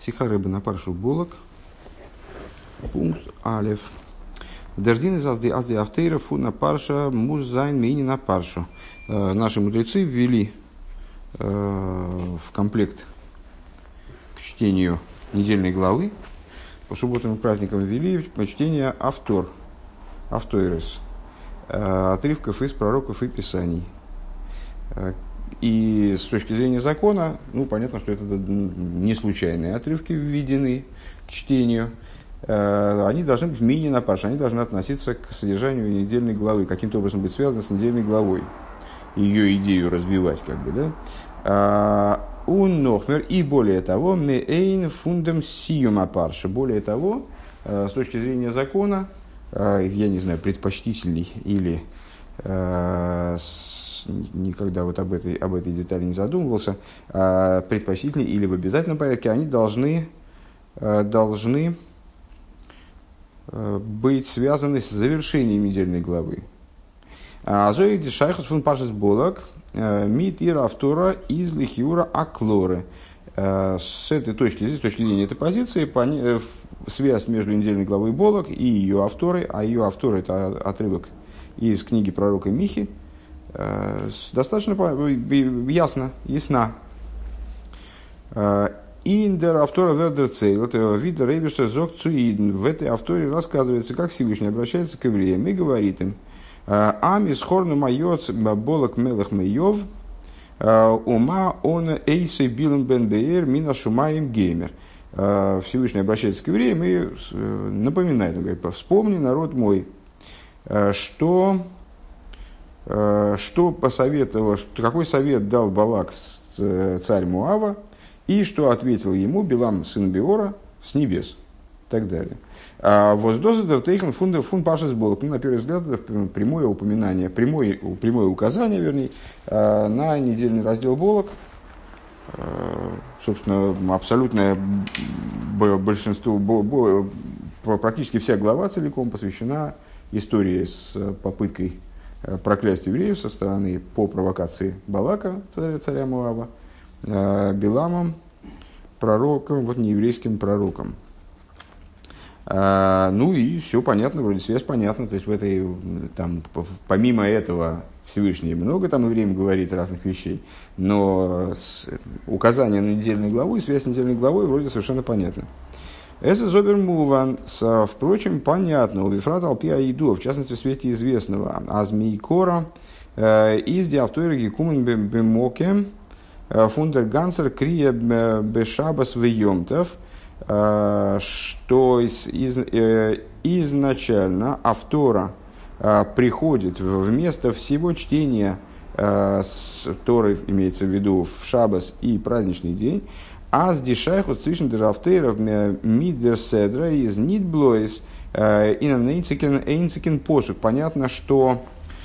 Сиха рыба на паршу булок. Пункт алев. Дердин из азди автейра фу на парша музайн мини на паршу. Наши мудрецы ввели в комплект к чтению недельной главы по субботам и праздникам ввели чтение автойрес, отрывков из пророков и писаний. И с точки зрения закона, понятно, что это не случайные отрывки введены к чтению. Они должны быть мини на парш, они должны относиться к содержанию недельной главы, каким-то образом быть связаны с недельной главой, ее идею развивать, Уннохмер, и более того, меэйн фундам сиюма парша. Более того, с точки зрения закона, я не знаю, предпочтительней или никогда вот об этой детали не задумывался, предпочтительней или в обязательном порядке, они должны быть связаны с завершением недельной главы. Азоиди шайхус фун пашес болак мит ира автора из лихиура аклоры. С этой точки зрения этой позиции, связь между недельной главой Болок и ее авторой, а ее автор — это отрывок из книги пророка Михи, достаточно ясна. Индер автора вердер цейл, это вида рейбиша зок цуиден. В этой авторе рассказывается, как Всевышний обращается к евреям и говорит им: «Амис хорну майоц болок мелech мейов, ума он эйсе билем бен беэр мина шумаем геймер». Всевышний обращается к евреям и напоминает, он говорит: «Вспомни, народ мой, что посоветовал, какой совет дал Балак, царь Муава, и что ответил ему Билам, сын Беора, с небес», и так далее. Воздоза тейхан фун пашес болок. На первый взгляд, это прямое упоминание, прямое указание, вернее, на недельный раздел Болок. Собственно, абсолютное большинство, практически вся глава целиком посвящена истории с попыткой проклясть евреев со стороны по провокации Балака, царя Моаба, Биламом, пророком, нееврейским пророком. И все понятно, вроде связь понятна. То есть помимо этого Всевышний много там евреям говорит разных вещей, но указание на недельную главу и связь с недельной главой вроде совершенно понятна. Это зобермуван, впрочем, понятно. У Вифрат Алпи Аиду, в частности, в свете известного Азмейкора из диавтойра Гекумен Бемоке Фундер Гансер Крия Бешабас Вейомтов, что изначально автора приходит вместо всего чтения Торы, имеется в виду в Шабас и праздничный день, аз дишайхут свишен дерафтейров мидер седра из нитблоис инанейцикен посук. Понятно, что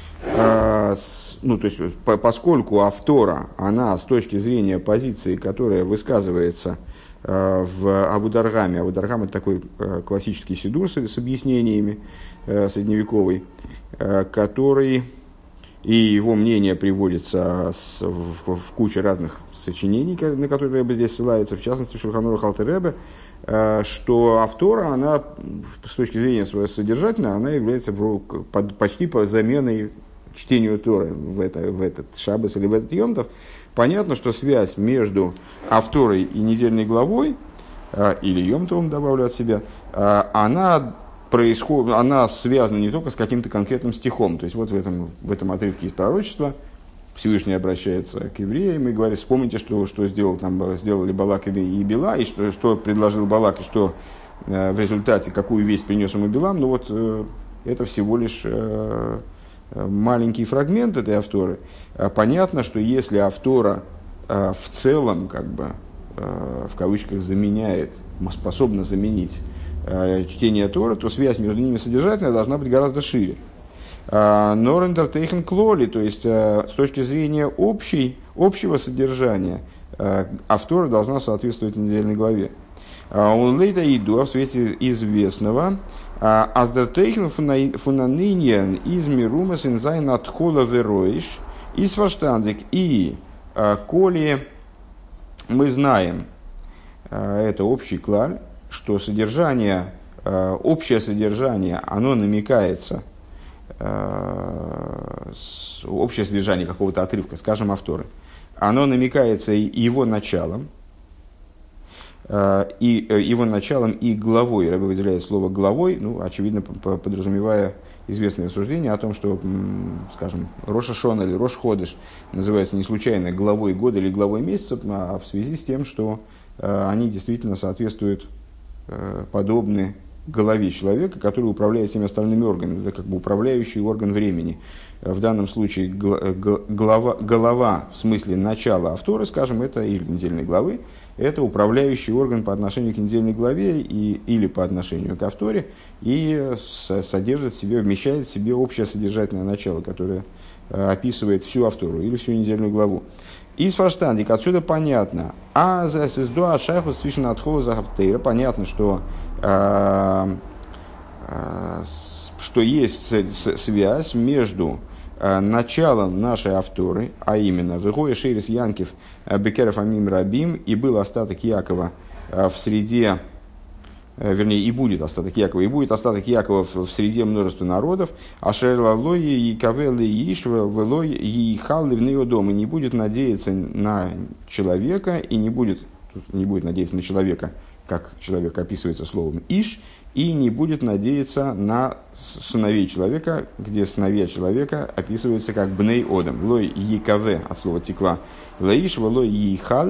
поскольку автора, она с точки зрения позиции, которая высказывается в Абударгаме. Абударгам — это такой классический сидур с объяснениями, средневековый, который, и его мнение приводится в куче разных сочинений, на которые Ребе здесь ссылается, в частности, в Шулхан Арух Алтер Ребе, что автора, она с точки зрения своего содержательного, она является почти по заменой чтению Торы в этот Шаббас или в этот Йом Тов. Понятно, что связь между авторой и недельной главой, или Йом Товом, добавлю от себя, она связана не только с каким-то конкретным стихом. То есть в этом отрывке из пророчества Всевышний обращается к евреям и говорит: вспомните, что сделали Балак и Била, и что предложил Балак, и что в результате, какую весть принес ему Билам. Это всего лишь маленький фрагмент этой авторы. Понятно, что если автора в целом, в кавычках, способна заменить чтение Торы, то связь между ними содержательная должна быть гораздо шире. Норендер тейхен клоли, то есть с точки зрения общего содержания, автора должна соответствовать недельной главе. Он лейта иду в свете известного аздертейхен фунаниньян из мирумас инзайн отхола вероиш из фаштандик. И коли мы знаем, это общий клаль, что содержание, общее содержание, оно намекается, общее содержание какого-то отрывка, скажем, Авторы, оно намекается его началом, и его началом и главой. Рабби выделяет слово главой, ну, очевидно, подразумевая известное рассуждение о том, что, скажем, Рош ха-Шана или Рош ха-Ходеш называются не случайно главой года или главой месяца, а в связи с тем, что они действительно соответствуют, подобны голове человека, который управляет всеми остальными органами. Это как бы управляющий орган времени. В данном случае голова в смысле начала Авторы, скажем, это или недельной главы, это управляющий орган по отношению к недельной главе или по отношению к Авторе, и содержит в себе, вмещает в себе общее содержательное начало, которое описывает всю Автору или всю недельную главу. Из фарштандик отсюда понятно, понятно, что есть связь между началом нашей Авторы, а именно «Вегоя шерис Янкив бекеров амим рабим», и был остаток Якова в среде, вернее, и будет остаток Якова в среде множества народов, а шерлалой и кавелы ишва велой и халли в неодом, и не будет надеяться на человека, и не будет надеяться на человека, как человек описывается словом «иш», и не будет надеяться на сыновей человека, где сыновья человека описываются как «бней одам». «Лой якаве» от слова «тиква». «Лаиш лой ейхаль»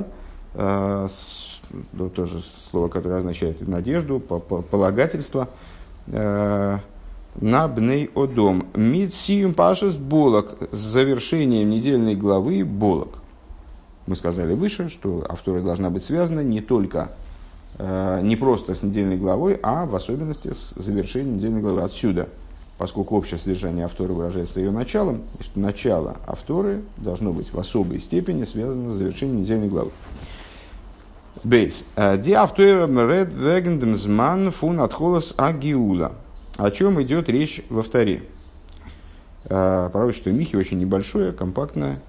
тоже слово, которое означает надежду, полагательство, на «бней одом». «Митсиюм пашес болок» с завершением недельной главы «болок». Мы сказали выше, что Авторы должна быть связана не просто с недельной главой, а в особенности с завершением недельной главы. Отсюда, поскольку общее содержание Авторы выражается ее началом, и что начало Авторы должно быть в особой степени связано с завершением недельной главы. Бейс. Ди Авторы мред вегендем зман фун отхолос агиула. О чем идет речь во Вторе? Пророчество Михи очень небольшое, компактное.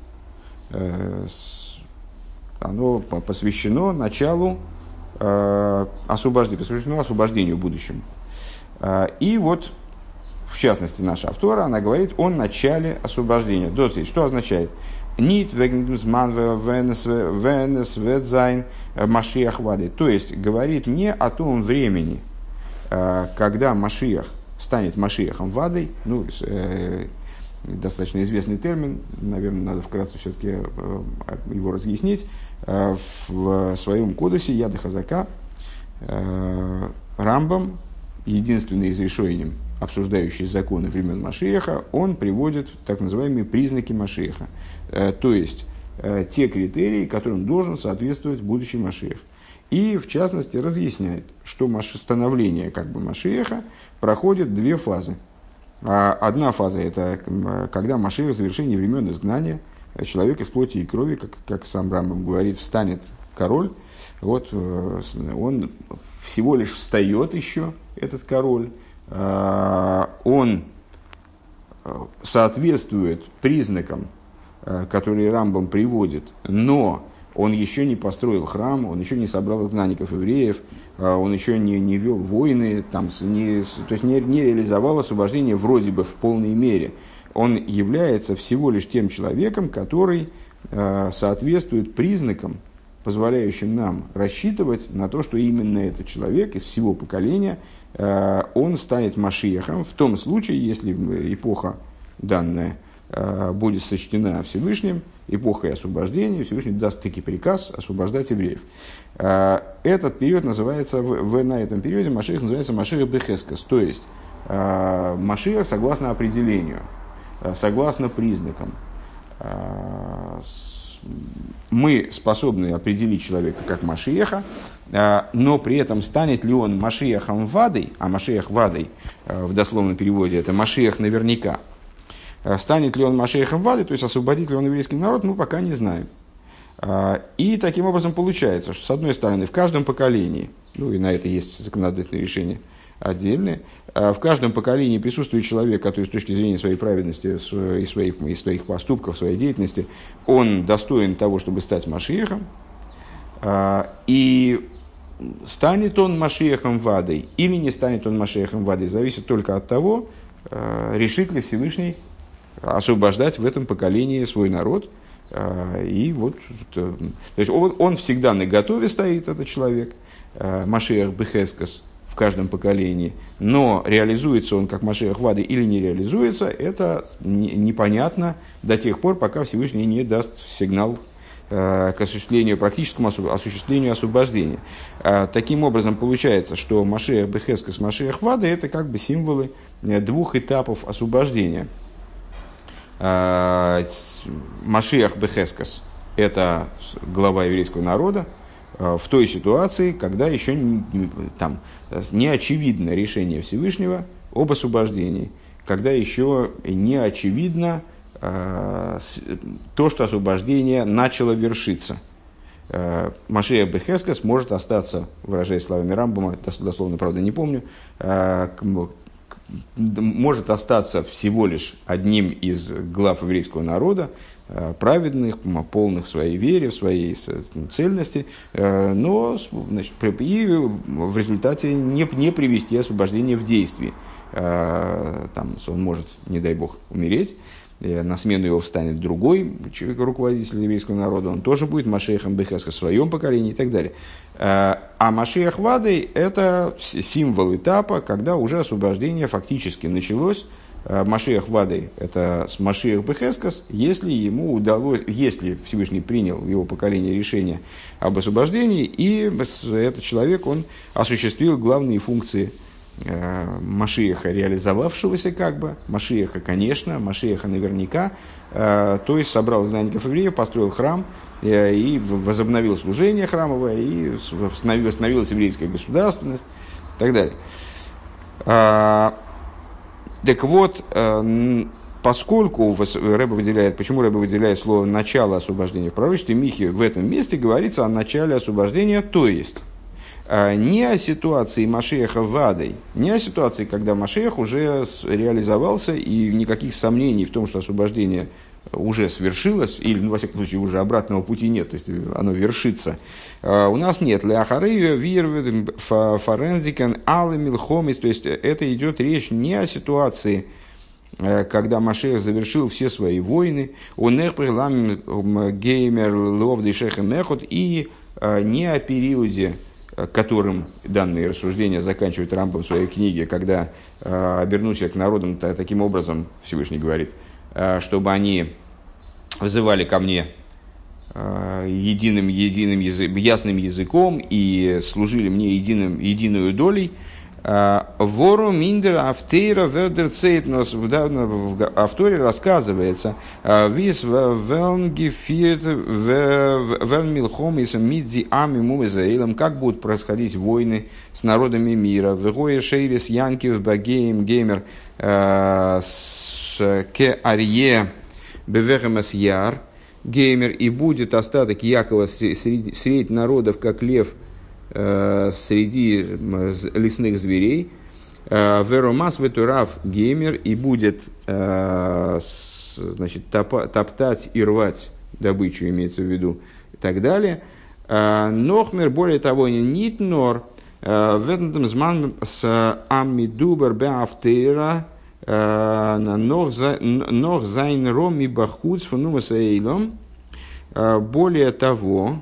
Оно посвящено началу посвящено освобождению будущему. И вот, в частности, наша Автора, она говорит о начале освобождения. Что означает? Нит вегнзман венес ведзайн машиах вады. То есть, говорит не о том времени, когда Машиах станет Машиахом вадой, ну, достаточно известный термин, наверное, надо вкратце все-таки его разъяснить. В своем кодексе Яда Хазака Рамбам, единственный из решений, обсуждающий законы времен Машиаха, он приводит так называемые признаки Машиаха, то есть те критерии, которым должен соответствовать будущий Машиах. И, в частности, разъясняет, что становление как бы Машиаха проходит две фазы. Одна фаза – это когда Машиах в завершении времен изгнания, человек из плоти и крови, как сам Рамбам говорит, встанет король. Вот он всего лишь встает еще, этот король. Он соответствует признакам, которые Рамбам приводит, но он еще не построил храм, он еще не собрал изгнанников евреев, он еще не вел войны, то есть не реализовал освобождение вроде бы в полной мере. Он является всего лишь тем человеком, который соответствует признакам, позволяющим нам рассчитывать на то, что именно этот человек из всего поколения, он станет Машиахом в том случае, если эпоха данная будет сочтена Всевышним, эпохой освобождения, Всевышний даст таки приказ освобождать евреев. Этот период называется, на этом периоде Машиах называется Машиах Бехескес, то есть Машиах согласно определению, согласно признакам. Мы способны определить человека как Машиаха, но при этом станет ли он Машиахом Вадой, а Машиах Вадой в дословном переводе это Машиах наверняка, станет ли он Машиахом Вадой, то есть освободит ли он еврейский народ, мы пока не знаем. И таким образом получается, что с одной стороны в каждом поколении, ну и на это есть законодательное решение отдельное, в каждом поколении присутствует человек, который с точки зрения своей праведности и своих поступков, своей деятельности, он достоин того, чтобы стать Машиахом. И станет он Машиахом Вадой или не станет он Машиахом Вадой, зависит только от того, решит ли Всевышний освобождать в этом поколении свой народ. И вот, то есть он всегда наготове стоит, этот человек, Машиах Бехескас, в каждом поколении, но реализуется он как Машиах Вады или не реализуется, это непонятно до тех пор, пока Всевышний не даст сигнал к осуществлению, практическому осуществлению освобождения. Таким образом, получается, что Машиах Бехескас, Машиах Вада – это как бы символы двух этапов освобождения. Машиах Бехескас – это глава еврейского народа в той ситуации, когда еще не очевидно решение Всевышнего об освобождении, когда еще не очевидно то, что освобождение начало вершиться. Машиах Бехескас может остаться, выражаясь словами Рамбама, дословно, правда, не помню, может остаться всего лишь одним из глав еврейского народа, праведных, полных в своей вере, в своей цельности, но и в результате не привести освобождение в действие. Он может, не дай бог, умереть, на смену его встанет другой человек, руководитель еврейского народа, он тоже будет Машиахом Бехескас в своем поколении и так далее. А Машиах Вадой – это символ этапа, когда уже освобождение фактически началось. Машиах Вадой – это Машиах Бехескас, если ему удалось, если Всевышний принял в его поколении решение об освобождении, и этот человек, он осуществил главные функции Машиаха, реализовавшегося как бы, Машиаха, конечно, Машиаха наверняка, то есть собрал изгнанников евреев, построил храм и возобновил служение храмовое, и восстановилась еврейская государственность и так далее. Так вот, поскольку Ребе выделяет, почему Ребе выделяет слово «начало освобождения» в пророчестве, Михи в этом месте говорится о начале освобождения, то есть не о ситуации Машиаха Вадой, не о ситуации, когда Машиах уже реализовался, и никаких сомнений в том, что освобождение уже свершилось, или, во всяком случае, уже обратного пути нет, то есть оно вершится. У нас нет. Ляхарыя, вир, форензикен, алы, милхомис, то есть это идет речь не о ситуации, когда Машиах завершил все свои войны, геймер, лов, мехот, и не о периоде, которым данные рассуждения заканчивает Рамбам в своей книге, когда обернусь я к народам таким образом, Всевышний говорит, чтобы они вызывали ко мне единым ясным языком и служили мне единую долей. Вору миндер автейра вердер цейтнос. В авторе рассказывается вис велн гефирт велн милхом из мидзи ами мумезаилом, как будут происходить войны с народами мира. Вегоя шейлис янкив багеем геймер с ке арье бевехемас яр геймер, и будет остаток Якова среди народов, как лев среди лесных зверей. Веромас ветурав геймер, и будет топтать и рвать добычу, имеется в виду, и так далее. Нохмер, более того, нит нор в этом зман с амидубер беафтейра нох зайн роми бахуц фунумасаилом. Более того,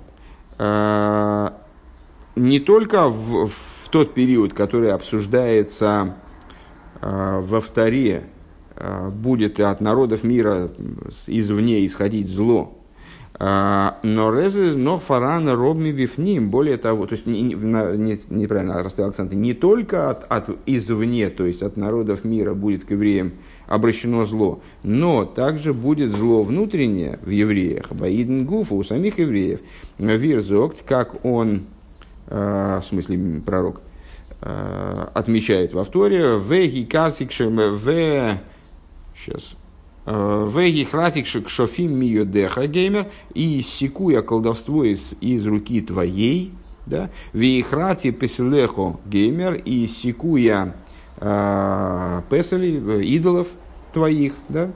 не только в тот период, который обсуждается во Торе, будет от народов мира извне исходить зло, но фаран робми бифним, более того, то есть неправильно расставил акценты, не только от извне, то есть от народов мира будет к евреям обращено зло, но также будет зло внутреннее в евреях, баидн гуфа, у самих евреев, вирзокт, как он, в смысле пророк, отмечает во Торе, веги касикшем сейчас веги хратикшек шофим миодеха геймер, и секуя колдовство из руки твоей, да, вейхрати песелехо геймер, и секуя песали идолов твоих, да,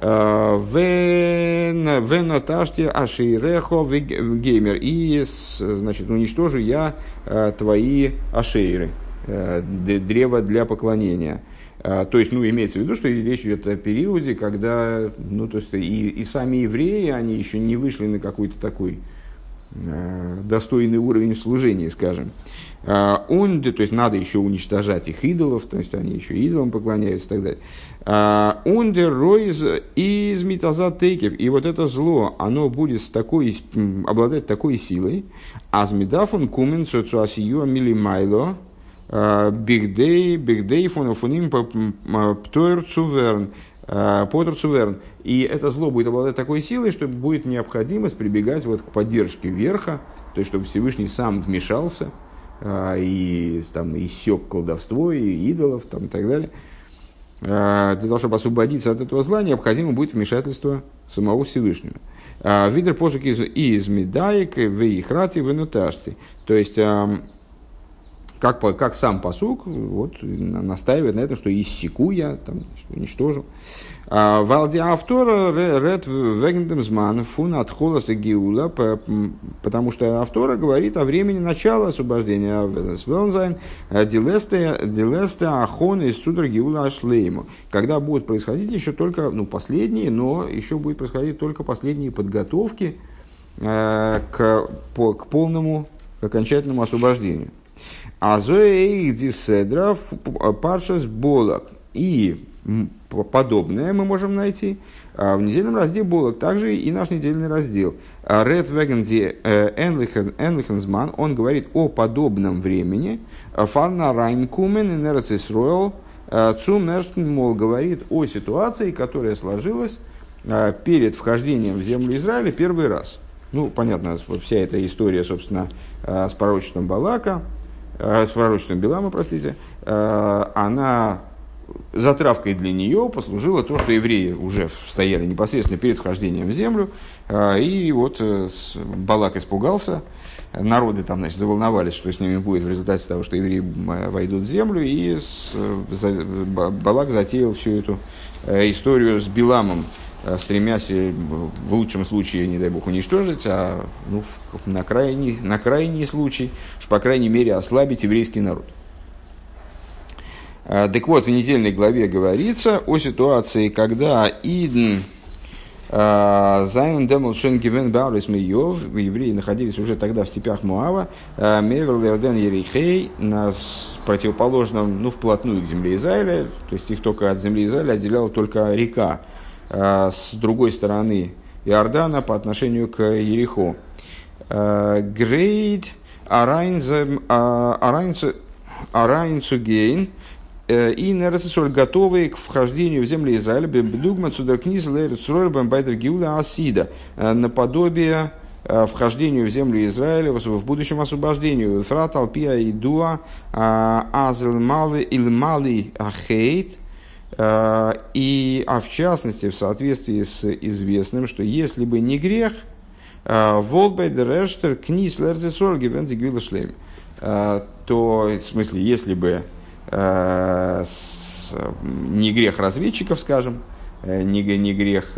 веноташти ашейрехо геймер, и, значит, уничтожу я твои ашейры, древо для поклонения. То есть, имеется в виду, что речь идет о периоде, когда, то есть, и сами евреи, они еще не вышли на какой-то такой достойный уровень служения, скажем. То есть, надо еще уничтожать их идолов, то есть, они еще идолам поклоняются и так далее. Ундер ройз из митазат тейкев. И вот это зло, оно будет обладать такой силой. Азмидафун кумен соцуасию милимайло бигдей фонофуним птойрцуверн. И это зло будет обладать такой силой, что будет необходимость прибегать к поддержке верха, то есть чтобы Всевышний сам вмешался и иссек колдовство, и идолов и так далее. Для того, чтобы освободиться от этого зла, необходимо будет вмешательство самого Всевышнего. Видер посук из медаек, веихрати, венуташти. То есть, как сам пасук настаивает на этом, что иссеку я, уничтожу. Валди автора ред вегендемзман фун от холоса гиула, потому что автора говорит о времени начала освобождения. Дилесте ахон из судра гиула ашлейму, когда будут происходить еще только последние, но еще будет происходить только последние подготовки к полному, к окончательному освобождению. Азоэ диседров паршас болок. И подобное мы можем найти в недельном разделе Болок, также и наш недельный раздел. Ред Вегенди Энлихензман, он говорит о подобном времени. Фарна Райнкумен и Нерцисройл Цумерштен, мол, говорит о ситуации, которая сложилась перед вхождением в землю Израиля первый раз. Понятно, вся эта история, собственно, с пророчеством Балака, с пророчеством Билама, она затравкой для нее послужило то, что евреи уже стояли непосредственно перед вхождением в землю, и Балак испугался, народы заволновались, что с ними будет в результате того, что евреи войдут в землю, и Балак затеял всю эту историю с Биламом, стремясь в лучшем случае, не дай бог, уничтожить, а на крайний случай, по крайней мере, ослабить еврейский народ. Так вот, в недельной главе говорится о ситуации, когда Иден Зайнен Демол Шенгивен Баурис Мейов, евреи находились уже тогда в степях Моава, Мевер Лерден Ерихей, на противоположном, вплотную к земле Израиля, то есть их только от земли Израиля отделяла только река, с другой стороны Иордана по отношению к Ерихо. Грейд Арайнцугейн и Нерцисоль готовые к вхождению в землю Израиля, бедугма цудеркниз лейрцроль бамбайдер гиула асида, наподобие вхождению в землю Израиля в будущем освобождению. Фрат алпия и дуа азелмалы илмали ахейт. И, в частности, в соответствии с известным, что если бы не грех, волбайдерештер книз лерцисоль гивензи гиула шлем, то, в смысле, если бы не грех разведчиков, скажем, не грех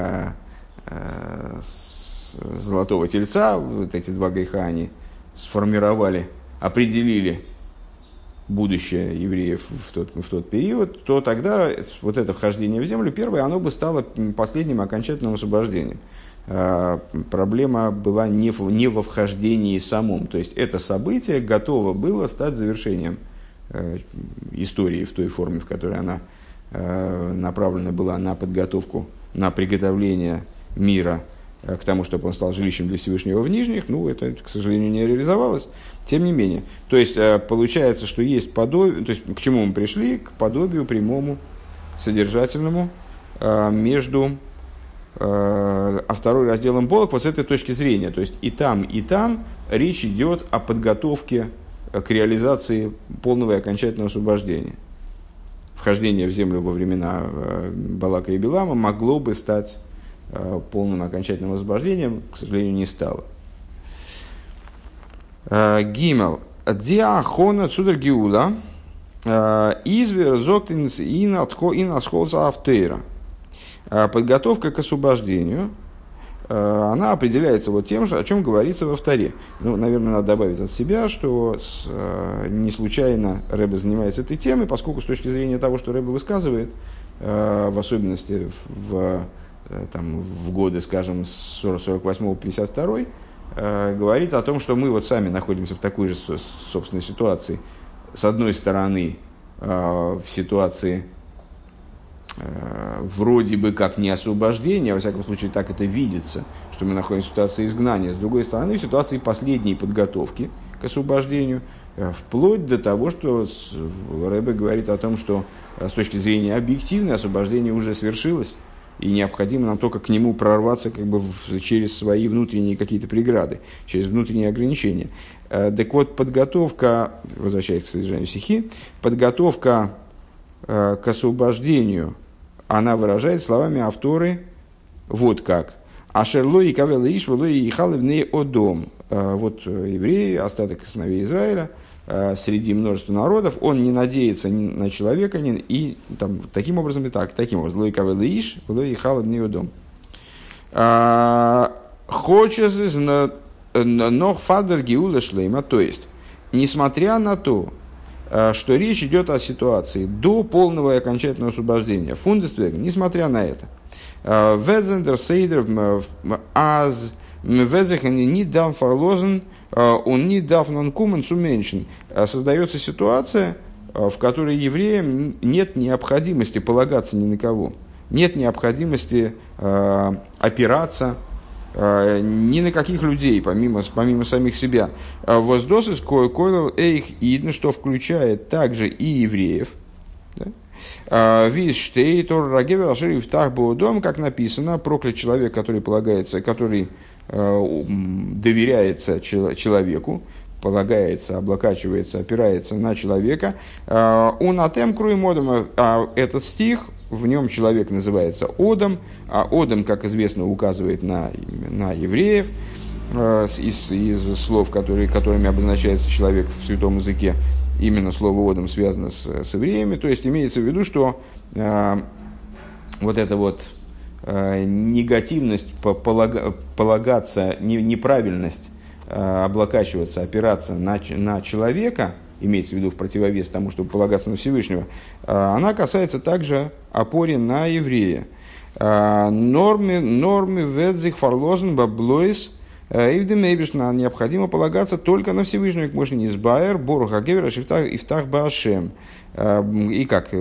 золотого тельца, вот эти два греха они сформировали, определили будущее евреев в тот период, то тогда вот это вхождение в землю, первое, оно бы стало последним окончательным освобождением. Проблема была не во вхождении самом, то есть это событие готово было стать завершением истории в той форме, в которой она направлена была на подготовку, на приготовление мира к тому, чтобы он стал жилищем для Всевышнего в Нижних. Это, к сожалению, не реализовалось. Тем не менее. То есть, получается, что есть подобие, то есть, к чему мы пришли? К подобию прямому, содержательному между второй разделом Болок вот с этой точки зрения. То есть, и там речь идет о подготовке к реализации полного и окончательного освобождения. Вхождение в землю во времена Балака и Билама могло бы стать полным окончательным освобождением, к сожалению, не стало. Гимел. Диахона цудер гиула извер зоктинс ин асхолца автейра. Подготовка к освобождению, она определяется вот тем, о чем говорится во Торе. Ну, наверное, надо добавить от себя, что не случайно Ребе занимается этой темой, поскольку с точки зрения того, что Ребе высказывает, в особенности в годы, скажем, с 48 по 52, говорит о том, что мы вот сами находимся в такой же, собственной ситуации. С одной стороны, в ситуации вроде бы как не освобождения, во всяком случае так это видится, что мы находимся в ситуации изгнания. С другой стороны, в ситуации последней подготовки к освобождению, вплоть до того, что Ребе говорит о том, что с точки зрения объективной освобождение уже свершилось, и необходимо нам только к нему прорваться как бы через свои внутренние какие-то преграды, через внутренние ограничения. Так вот, подготовка, возвращаясь к содержанию стихи, подготовка к освобождению, она выражает словами авторы вот как. «Ашерло и кавел иш, вело и халевней одом». Вот евреи, остаток сыновей Израиля, среди множества народов, он не надеется на человека, и там, таким образом и так, таким образом. «Ло и кавел иш, вело и халевней одом». «Хочется нох фардер гиула шлейма», то есть, несмотря на то, что речь идет о ситуации до полного и окончательного освобождения. Фундествег, несмотря на это. Ведзендер сейдер аз ведзехен не дам фарлозен, он не дав нонкумен суменшин. Создается ситуация, в которой евреям нет необходимости полагаться ни на кого. Нет необходимости опираться ни на каких людей, помимо самих себя. Воздос из койлал эйх идн, что включает также и евреев. Вис штейтор рагевер ашери втах боудом, как написано, проклят человек, который полагается, который доверяется человеку, полагается, облокачивается, опирается на человека. Он атем круем одом, этот стих, в нем человек называется Одом, а Одом, как известно, указывает на евреев, из слов, которыми обозначается человек в святом языке. Именно слово Одом связано с евреями, то есть имеется в виду, что вот эта вот негативность, полагаться, неправильность, облокачиваться, опираться на человека, имеется в виду в противовес тому, чтобы полагаться на Всевышнего, она касается также опоры на еврея. Нормы ведзих фарлозен баблойс ивдемейбишна, необходимо полагаться только на Всевышнего, к мощи низбайер, боруха гевера ифтах баашем. И как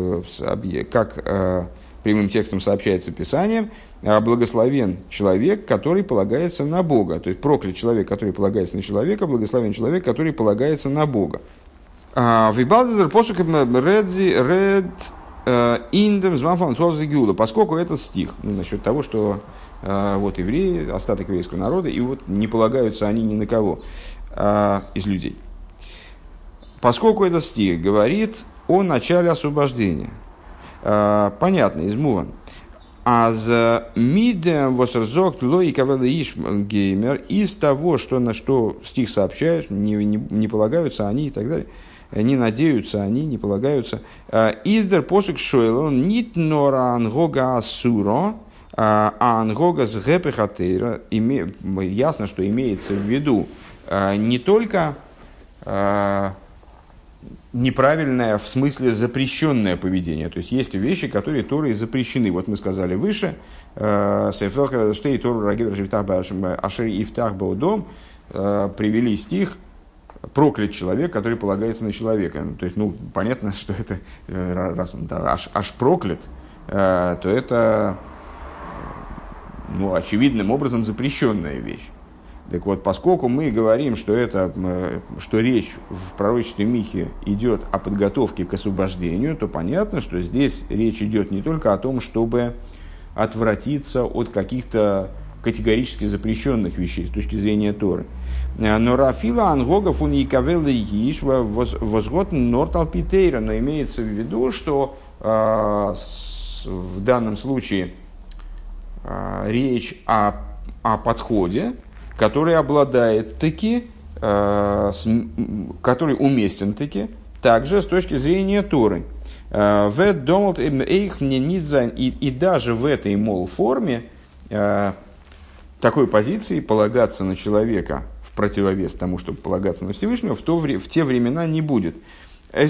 прямым текстом сообщается Писанием, благословен человек, который полагается на Бога. То есть проклят человек, который полагается на человека, благословен человек, который полагается на Бога. Вибалдезер посук ред индем званфан гиула, поскольку этот стих, насчет того, что вот евреи, остаток еврейского народа, и вот не полагаются они ни на кого из людей. Поскольку этот стих говорит о начале освобождения, понятно, из Муван. Аз мидем восерзокт лой кавелеиш геймер, из того, на что стих сообщает, не полагаются они и так далее, не надеются они, не полагаются. Издер посук шойл нит нора ангога асуро, а ангога с гэпехатейра. Ясно, что имеется в виду не только неправильное, в смысле запрещенное поведение. То есть есть вещи, которые Торой запрещены. Вот мы сказали выше, привели стих «проклят человек, который полагается на человека». То есть, понятно, что это, раз он аж проклят, то это очевидным образом запрещенная вещь. Так вот, поскольку мы говорим, что речь в пророчестве Михи идет о подготовке к освобождению, то понятно, что здесь речь идет не только о том, чтобы отвратиться от каких-то категорически запрещенных вещей с точки зрения Торы. Но Рафила Ангогов он Якавелы Иш возгод Нортал Питейра, но имеется в виду, что в данном случае речь о подходе, который обладает таки, который уместен таки, также с точки зрения Торы. И даже в этой, мол, форме такой позиции полагаться на человека в противовес тому, чтобы полагаться на Всевышнего, в те времена не будет. То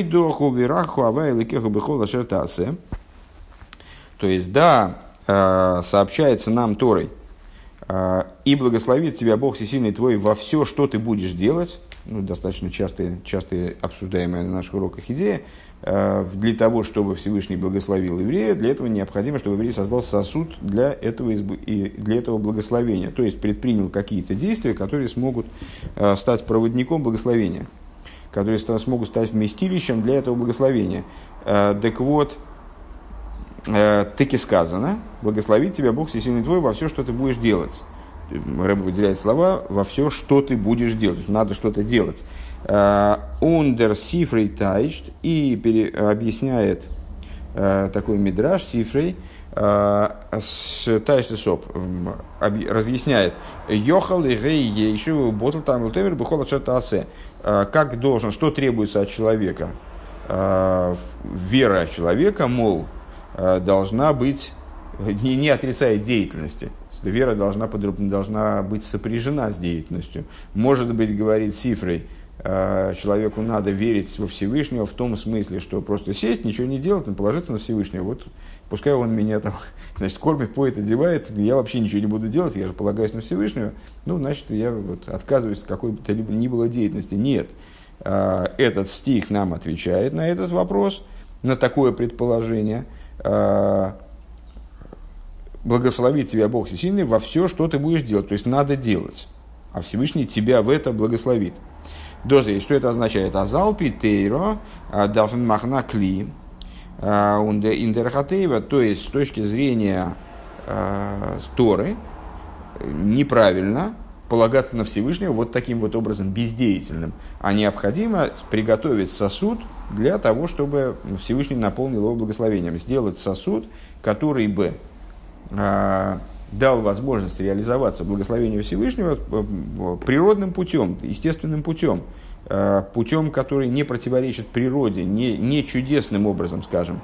есть, да, сообщается нам Торой, и благословит тебя Бог всесильный твой во все, что ты будешь делать. Ну, достаточно часто обсуждаемая на наших уроках идея. Для того, чтобы Всевышний благословил еврея, для этого необходимо, чтобы еврей создал сосуд для этого благословения. То есть предпринял какие-то действия, которые смогут стать проводником благословения, которые смогут стать вместилищем для этого благословения. Так вот, таки сказано, благословит тебя Бог всесильный твой во все, что ты будешь делать. Рэб выделяет слова во все, что ты будешь делать. То есть, надо что-то делать. Ундер Сифрей Тайшт, и объясняет такой мидраш Сифрей с Тайштесоп, разъясняет Йохал и Рей Ейшиву Ботл Там Лтевер Бухола Шатасе, как должен, что требуется от человека. Вера человека, мол, должна быть, не отрицает деятельности. Вера должна быть сопряжена с деятельностью. Может быть, говорит Сифрей, человеку надо верить во Всевышнего в том смысле, что просто сесть, ничего не делать, но положиться на Всевышнего. Вот пускай он меня там, значит, кормит, поет, одевает, я вообще ничего не буду делать, я же полагаюсь на Всевышнего. Ну, значит, я вот отказываюсь от какой-то ни было деятельности. Нет. Этот стих нам отвечает на этот вопрос, на такое предположение. Благословит тебя Бог всесильный во все, что ты будешь делать. То есть, надо делать. А Всевышний тебя в это благословит. Доза, что это означает? Азалпи тейро дафн махна кли индерхатеева. То есть, с точки зрения Торы, неправильно полагаться на Всевышнего вот таким вот образом бездеятельным. А необходимо приготовить сосуд для того, чтобы Всевышний наполнил его благословением. Сделать сосуд, который бы дал возможность реализоваться благословению Всевышнего природным путем, естественным путем, путем, который не противоречит природе, не чудесным образом, скажем.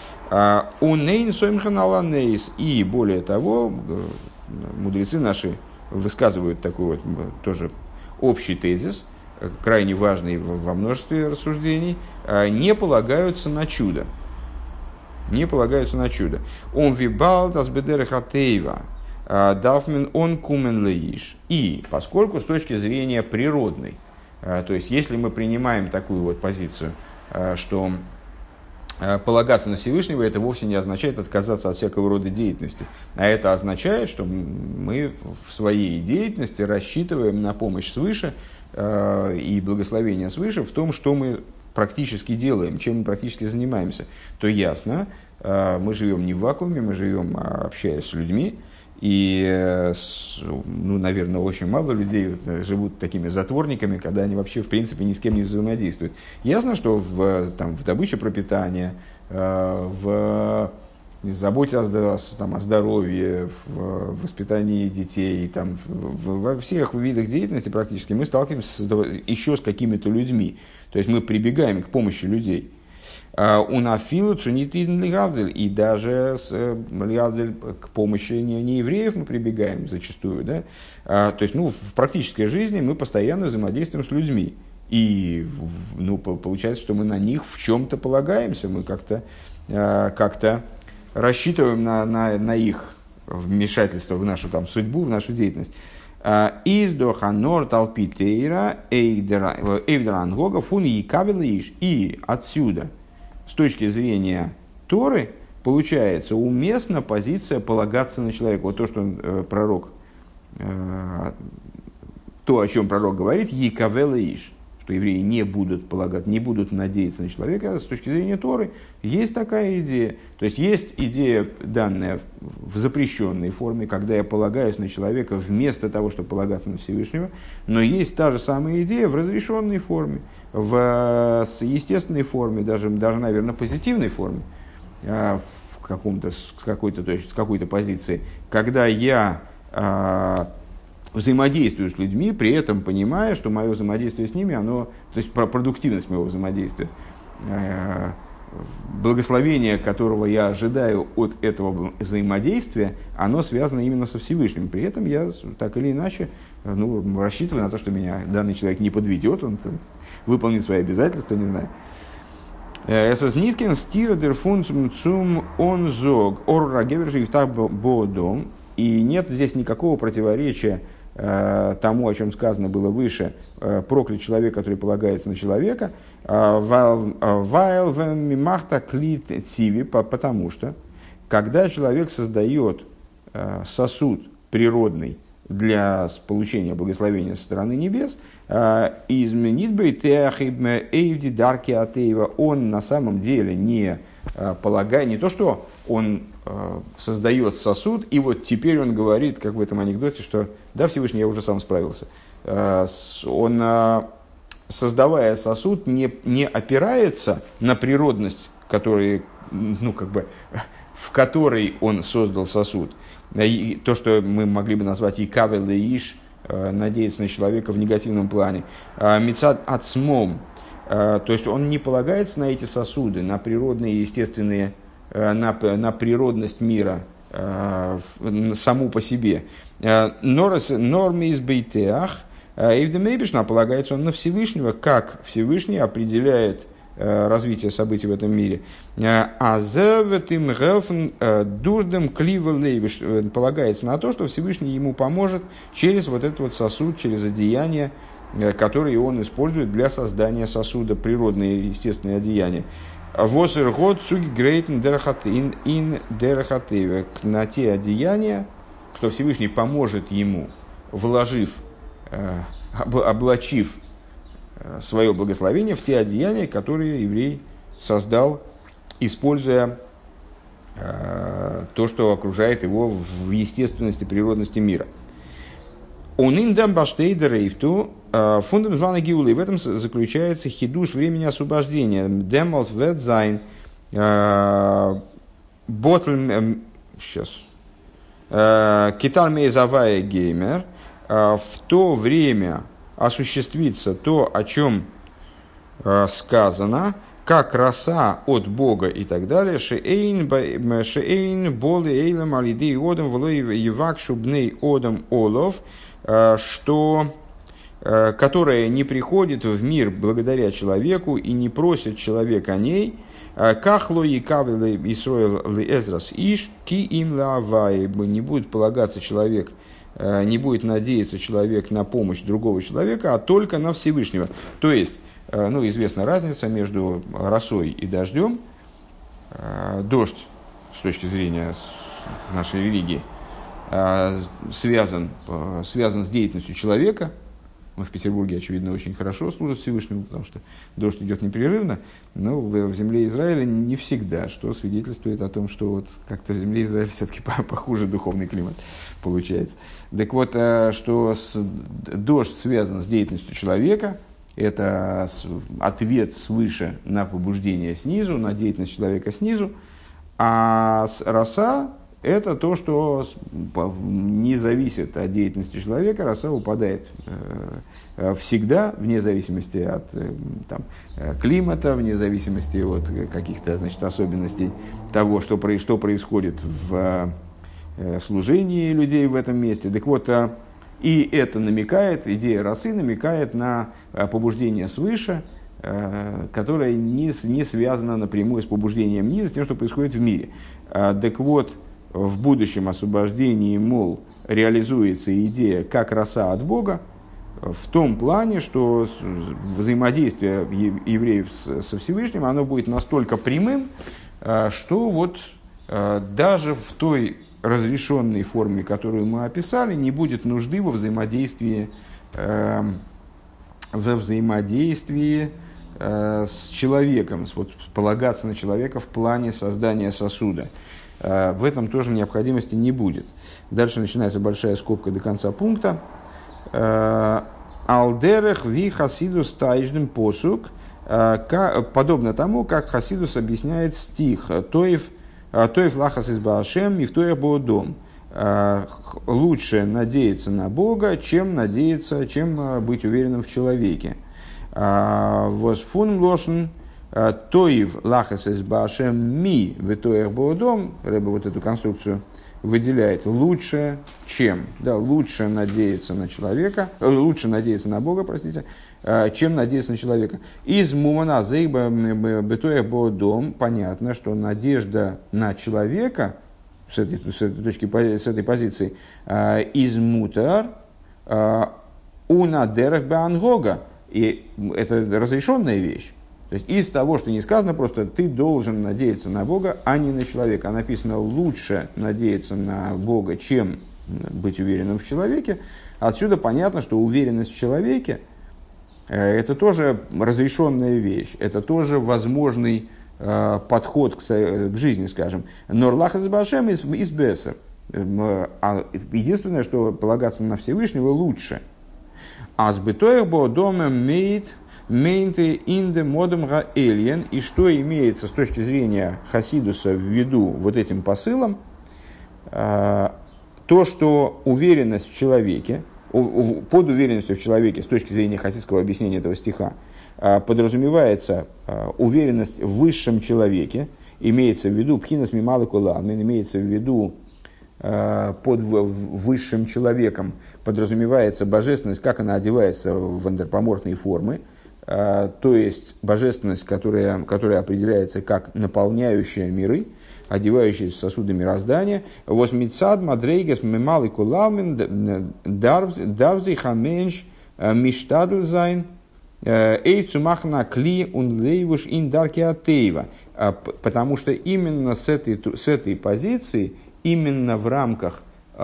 И более того, мудрецы наши высказывают такой вот тоже общий тезис, крайне важный во множестве рассуждений, не полагаются на чудо. Не полагаются на чудо. Он вибал дасбедер хатейва дафмен он кумен леиш. И поскольку с точки зрения природной, то есть если мы принимаем такую вот позицию, что полагаться на Всевышнего, это вовсе не означает отказаться от всякого рода деятельности. А это означает, что мы в своей деятельности рассчитываем на помощь свыше и благословение свыше в том, что мы практически делаем, чем мы практически занимаемся, то ясно, мы живем не в вакууме, мы живем, общаясь с людьми, и, ну, наверное, очень мало людей живут такими затворниками, когда они вообще, в принципе, ни с кем не взаимодействуют. Ясно, что в добыче пропитания, в заботе о здоровье, в воспитании детей, там, во всех видах деятельности практически мы сталкиваемся еще с какими-то людьми. То есть мы прибегаем к помощи людей. У нафилу цунитин лигавдель, и даже к помощи не евреев мы прибегаем зачастую. Да? То есть, ну, в практической жизни мы постоянно взаимодействуем с людьми. И, ну, получается, что мы на них в чем-то полагаемся, мы как-то рассчитываем на их вмешательство в нашу там, судьбу, в нашу деятельность. Из доханор талпитейра эйвдрангога фуни и кавелиш. И отсюда, с точки зрения Торы, получается уместна позиция полагаться на человека. Вот то, что пророк, то, о чем пророк говорит, «Екавелеиш», что евреи не будут полагать, не будут надеяться на человека, с точки зрения Торы, есть такая идея. То есть, есть идея, данная в запрещенной форме, когда я полагаюсь на человека вместо того, чтобы полагаться на Всевышнего, но есть та же самая идея в разрешенной форме, в естественной форме, даже наверное, позитивной форме, с какой-то позиции, когда я взаимодействую с людьми, при этом понимая, что мое взаимодействие с ними, то есть продуктивность моего взаимодействия благословение, которого я ожидаю от этого взаимодействия, оно связано именно со Всевышним. При этом я так или иначе рассчитываю на то, что меня данный человек не подведет, он выполнит свои обязательства, не знаю. «Эсэс ниткин стира дер фунцум цум он зог орра геверши и так бодом». И нет здесь никакого противоречия тому, о чем сказано было выше, проклят человек, который полагается на человека, потому что, когда человек создает сосуд природный для получения благословения со стороны небес, он на самом деле не полагает, не то, что он создает сосуд, и вот теперь он говорит, как в этом анекдоте, что да, Всевышний, я уже сам справился. Он, создавая сосуд, не опирается на природность, в которой он создал сосуд. И то, что мы могли бы назвать «икавел иш», надеяться на человека в негативном плане. «Мицад ацмом», то есть он не полагается на эти сосуды, на природные, естественные, на природность мира саму по себе. Норме из бейтеах, Эйвдемейбишна, полагается он на Всевышнего, как Всевышний определяет развитие событий в этом мире. Полагается на то, что Всевышний ему поможет через вот этот вот сосуд, через одеяние, которые он использует для создания сосуда, природные естественные одеяния. Восергот суги грейтен ин дерахатеве, на те одеяния, что Всевышний поможет ему, облачив свое благословение в те одеяния, которые еврей создал, используя то, что окружает его в естественности, природности мира. Он индам баштейдер рейфту фундам звана гиулы. В этом заключается хидуш времени освобождения. Демолт ветзайн ботль сейчас китар мейзавая геймер. В то время осуществится то, о чем сказано, как роса от Бога и так далее. Шеэйн боли эйлам алидей одам влой евак шубней одам олов, которая не приходит в мир благодаря человеку и не просит человек о ней. Кахло и кавелы Исроэл ли эзрас иш ки им лавай, не будет полагаться человек, не будет надеяться человек на помощь другого человека, а только на Всевышнего. То есть, известна разница между росой и дождем. Дождь, с точки зрения нашей религии, связан с деятельностью человека. В Петербурге, очевидно, очень хорошо служат Всевышнему, потому что дождь идет непрерывно, но в земле Израиля не всегда, что свидетельствует о том, что вот как-то в земле Израиля все-таки похуже духовный климат получается. Так вот, что дождь связан с деятельностью человека, это ответ свыше на побуждение снизу, на деятельность человека снизу, а роса – это то, что не зависит от деятельности человека, роса упадает всегда, вне зависимости от климата, вне зависимости от каких-то особенностей того, что происходит в служении людей в этом месте. Так вот, и это намекает, идея росы намекает на побуждение свыше, которое не связано напрямую с побуждением низа, с тем, что происходит в мире. Так вот, в будущем освобождении, мол, реализуется идея как роса от Бога, в том плане, что взаимодействие евреев со Всевышним, оно будет настолько прямым, что вот даже в той разрешенной форме, которую мы описали, не будет нужды во взаимодействии с человеком, полагаться на человека в плане создания сосуда. В этом тоже необходимости не будет. Дальше начинается большая скобка до конца пункта. Алдерех ви хасидус тайжным посук, подобно тому, как Хасидус объясняет стих «Тоев лахас из Баашем, и в тоях боодом». Лучше надеяться на Бога, чем быть уверенным в человеке. Восфун лошен Тоив лахасес башем ми витоях боодом, Рэбе вот эту конструкцию выделяет, лучше, чем, да, лучше надеяться на человека, лучше надеяться на Бога, простите, чем надеяться на человека. Из мумана зейба битоях боодом понятно, что надежда на человека с этой точки, с этой позиции, из мутар унадерах беангога, и это разрешенная вещь. То есть из того, что не сказано, просто ты должен надеяться на Бога, а не на человека. А написано лучше надеяться на Бога, чем быть уверенным в человеке. Отсюда понятно, что уверенность в человеке это тоже разрешенная вещь, это тоже возможный подход к жизни, скажем. Норлах из Башем из Бесер. Единственное, что полагаться на Всевышнего лучше. А с бытоях бо дома мейнты инде модом гаэльен. И что имеется с точки зрения Хасидуса в виду вот этим посылом? То, что уверенность в человеке, под уверенностью в человеке с точки зрения хасидского объяснения этого стиха, подразумевается уверенность в высшем человеке, имеется в виду пхинас мималы кулалмен, имеется в виду под высшим человеком подразумевается божественность, как она одевается в антропоморфные формы, то есть божественность, которая определяется как наполняющая миры, одевающаяся в сосуды мироздания. Восьмицад мадрейгес мималы кулалмен дарвзи хаменш миштадлзайн эйцумахна кли ун лейвуш ин дарки атеева. Потому что именно с этой позиции, именно в рамках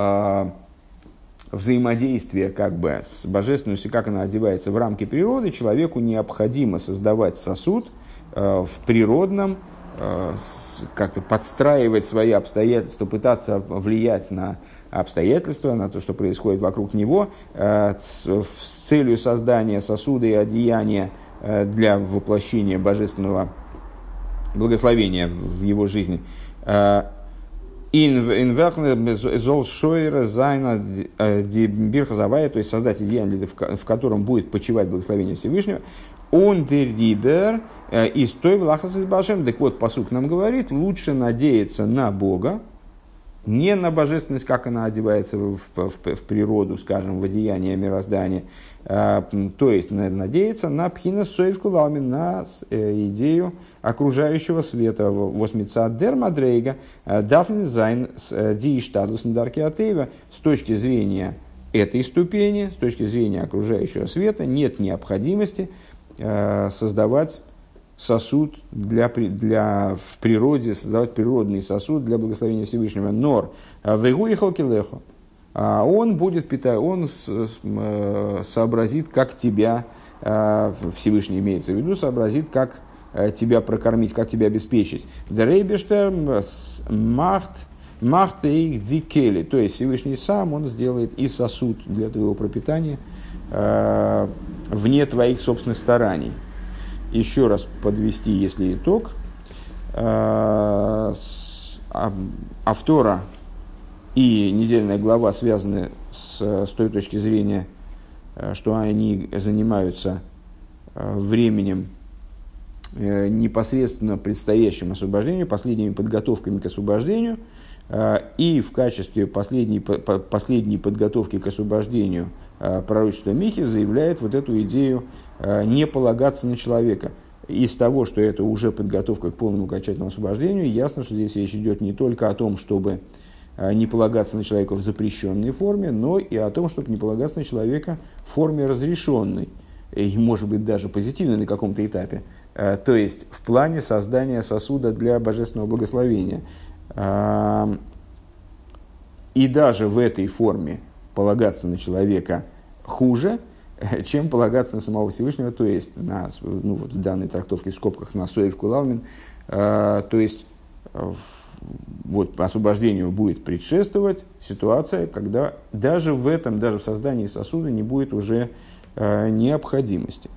взаимодействия как бы с божественностью, как она одевается в рамки природы, человеку необходимо создавать сосуд в природном, как-то подстраивать свои обстоятельства, пытаться влиять на обстоятельства, на то, что происходит вокруг него, с целью создания сосуда и одеяния для воплощения божественного благословения в его жизни. То есть создать идеальный, в котором будет почивать благословение Всевышнего. Он дерибер из той влахас из башем. Так вот, пасук нам говорит, лучше надеяться на Бога, не на божественность, как она одевается в природу, скажем, в одеяние мироздания, то есть надеяться на пхина соевку лалми, на идею окружающего света. Восьмица дермадрейга дафнин зайн дииштадлус ндарки атеева. С точки зрения этой ступени, с точки зрения окружающего света, нет необходимости создавать сосуд в природе, создавать природный сосуд для благословения Всевышнего. Нор вегу и халкилеху. Он будет питать, он сообразит, как тебя, Всевышний имеется в виду, сообразит, как тебя прокормить, как тебя обеспечить. Дрейбештер махт их дикели. То есть Всевышний сам, он сделает и сосуд для твоего пропитания вне твоих собственных стараний. Еще раз подвести, если итог. Автора и недельная глава связаны с той точки зрения, что они занимаются временем непосредственно предстоящим освобождению, последними подготовками к освобождению, и в качестве последней подготовки к освобождению пророчество Михи заявляет вот эту идею не полагаться на человека. Из того, что это уже подготовка к полному окончательному освобождению, ясно, что здесь речь идет не только о том, чтобы не полагаться на человека в запрещенной форме, но и о том, чтобы не полагаться на человека в форме разрешенной, и, может быть, даже позитивной на каком-то этапе, то есть в плане создания сосуда для божественного благословения. И даже в этой форме полагаться на человека хуже, чем полагаться на самого Всевышнего, то есть в данной трактовке в скобках на соев кулалмин, то есть освобождению будет предшествовать ситуация, когда даже в создании сосуда не будет уже необходимости.